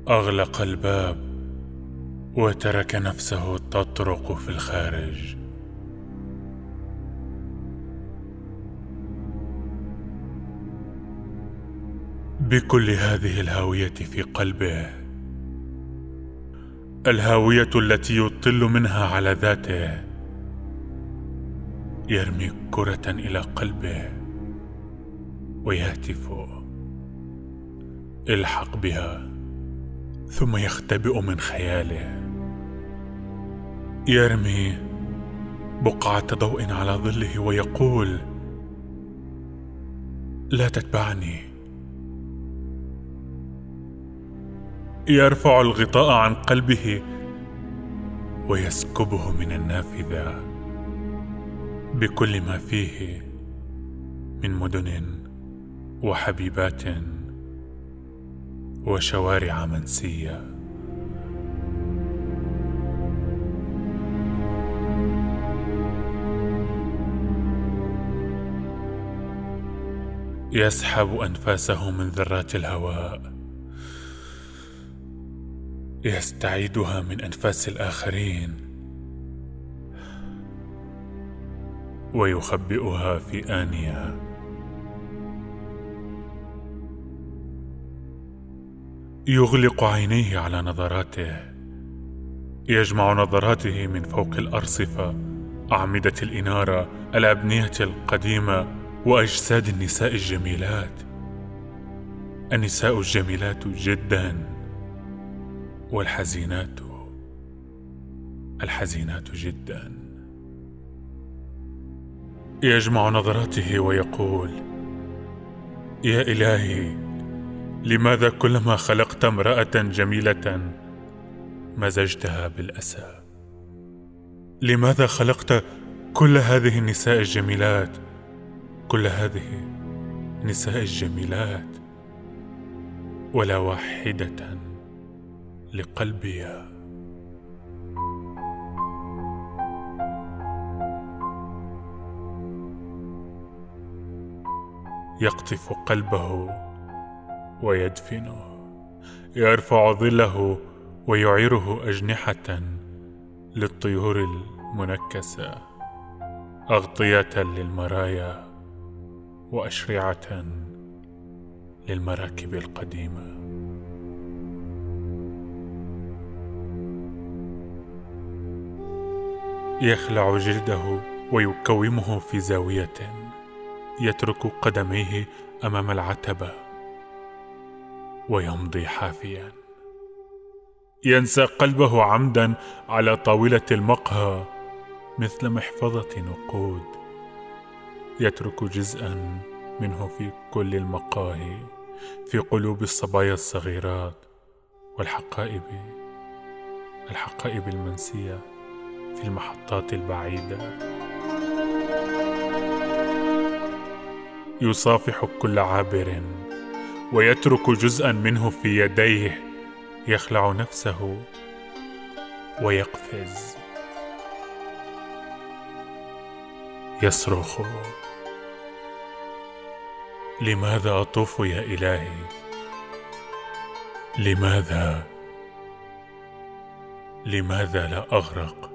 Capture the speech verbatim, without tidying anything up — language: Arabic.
أغلق الباب وترك نفسه تطرق في الخارج. بكل هذه الهاوية في قلبه، الهاوية التي يطل منها على ذاته، يرمي كرة إلى قلبه ويهتف: الحق بها، ثم يختبئ من خياله. يرمي بقعة ضوء على ظله ويقول: لا تتبعني. يرفع الغطاء عن قلبه ويسكبه من النافذة بكل ما فيه من مدن وحبيبات وشوارع منسية. يسحب أنفاسه من ذرات الهواء، يستعيدها من أنفاس الآخرين ويخبئها في آنية. يغلق عينيه على نظراته، يجمع نظراته من فوق الأرصفة، أعمدة الإنارة، الأبنية القديمة، وأجساد النساء الجميلات. النساء الجميلات جدا، والحزينات الحزينات جدا. يجمع نظراته ويقول: يا إلهي، لماذا كلما خلقت امرأة جميلة مزجتها بالأسى؟ لماذا خلقت كل هذه النساء الجميلات، كل هذه النساء الجميلات، ولا واحدة لقلبي؟ يقطف قلبه ويدفنه، يرفع ظله ويعيره أجنحة للطيور المنكسة، أغطية للمرايا وأشرعة للمراكب القديمة. يخلع جلده ويكومه في زاوية، يترك قدميه أمام العتبة ويمضي حافيا. ينسى قلبه عمدا على طاولة المقهى مثل محفظة نقود، يترك جزءا منه في كل المقاهي، في قلوب الصبايا الصغيرات والحقائب الحقائب المنسية في المحطات البعيدة. يصافح كل عابر ويترك جزءا منه في يديه، يخلع نفسه ويقفز، يصرخ: لماذا أطوف يا إلهي؟ لماذا لماذا لا أغرق